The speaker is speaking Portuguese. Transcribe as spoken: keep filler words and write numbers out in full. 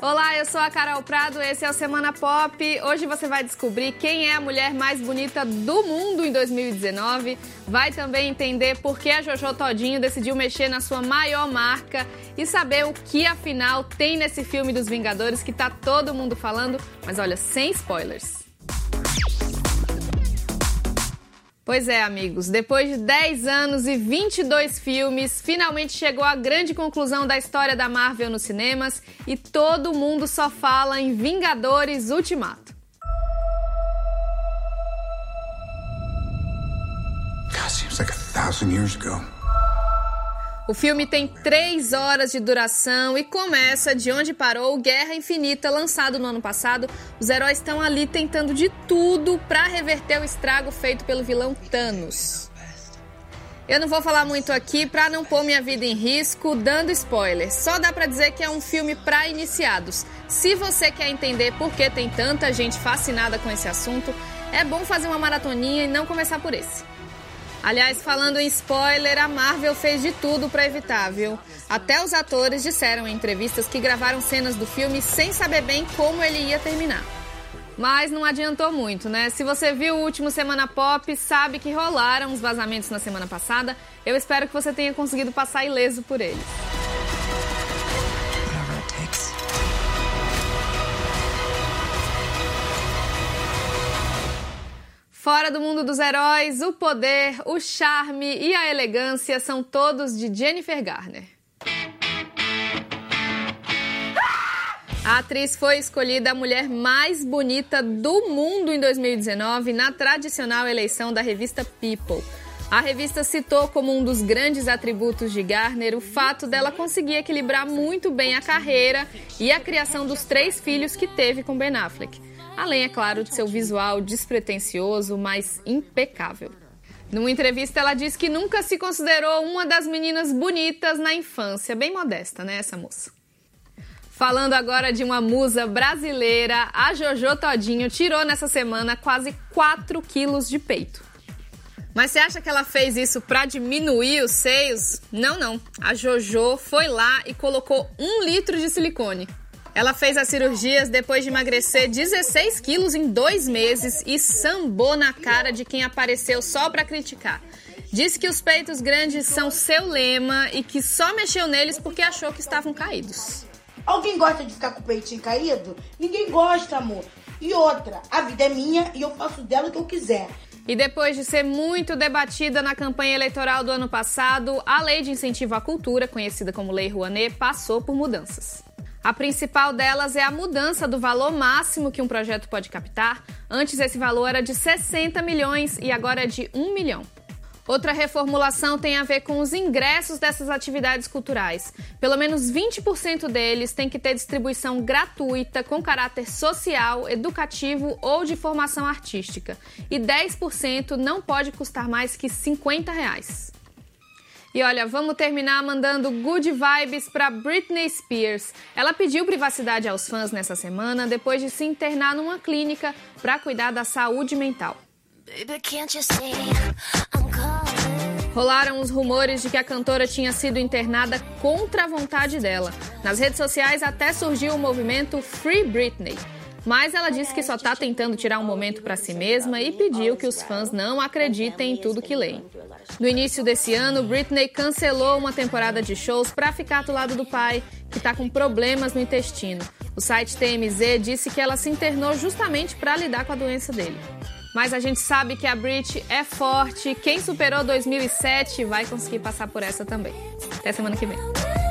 Olá, eu sou a Carol Prado, esse é o Semana Pop. Hoje você vai descobrir quem é a mulher mais bonita do mundo em dois mil e dezenove. Vai também entender por que a Jojo Todinho decidiu mexer na sua maior marca e saber o que afinal tem nesse filme dos Vingadores que tá todo mundo falando, mas olha, sem spoilers. Pois é, amigos, depois de dez anos e vinte e dois filmes, finalmente chegou a grande conclusão da história da Marvel nos cinemas e todo mundo só fala em Vingadores Ultimato. God, seems like a thousand years ago. O filme tem três horas de duração e começa de onde parou Guerra Infinita, lançado no ano passado. Os heróis estão ali tentando de tudo para reverter o estrago feito pelo vilão Thanos. Eu não vou falar muito aqui para não pôr minha vida em risco dando spoilers. Só dá para dizer que é um filme para iniciados. Se você quer entender por que tem tanta gente fascinada com esse assunto, é bom fazer uma maratoninha e não começar por esse. Aliás, falando em spoiler, a Marvel fez de tudo para evitar, viu? Até os atores disseram em entrevistas que gravaram cenas do filme sem saber bem como ele ia terminar. Mas não adiantou muito, né? Se você viu o último Semana Pop, sabe que rolaram os vazamentos na semana passada. Eu espero que você tenha conseguido passar ileso por eles. Fora do mundo dos heróis, o poder, o charme e a elegância são todos de Jennifer Garner. A atriz foi escolhida a mulher mais bonita do mundo em dois mil e dezenove na tradicional eleição da revista People. A revista citou como um dos grandes atributos de Garner o fato dela conseguir equilibrar muito bem a carreira e a criação dos três filhos que teve com Ben Affleck. Além, é claro, de seu visual despretensioso, mas impecável. Numa entrevista, ela disse que nunca se considerou uma das meninas bonitas na infância. Bem modesta, né, essa moça? Falando agora de uma musa brasileira, a Jojo Todinho tirou nessa semana quase quatro quilos de peito. Mas você acha que ela fez isso para diminuir os seios? Não, não. A Jojo foi lá e colocou um litro de silicone. Ela fez as cirurgias depois de emagrecer dezesseis quilos em dois meses e sambou na cara de quem apareceu só pra criticar. Disse que os peitos grandes são seu lema e que só mexeu neles porque achou que estavam caídos. Alguém gosta de ficar com o peitinho caído? Ninguém gosta, amor. E outra, a vida é minha e eu faço dela o que eu quiser. E depois de ser muito debatida na campanha eleitoral do ano passado, a Lei de Incentivo à Cultura, conhecida como Lei Rouanet, passou por mudanças. A principal delas é a mudança do valor máximo que um projeto pode captar. Antes esse valor era de sessenta milhões e agora é de um milhão. Outra reformulação tem a ver com os ingressos dessas atividades culturais. Pelo menos vinte por cento deles têm que ter distribuição gratuita com caráter social, educativo ou de formação artística. E dez por cento não pode custar mais que cinquenta reais. E olha, vamos terminar mandando good vibes para Britney Spears. Ela pediu privacidade aos fãs nessa semana depois de se internar numa clínica para cuidar da saúde mental. Rolaram os rumores de que a cantora tinha sido internada contra a vontade dela. Nas redes sociais até surgiu o movimento Free Britney. Mas ela disse que só está tentando tirar um momento para si mesma e pediu que os fãs não acreditem em tudo que leem. No início desse ano, Britney cancelou uma temporada de shows para ficar do lado do pai, que está com problemas no intestino. O site T M Z disse que ela se internou justamente para lidar com a doença dele. Mas a gente sabe que a Brit é forte. Quem superou dois mil e sete vai conseguir passar por essa também. Até semana que vem.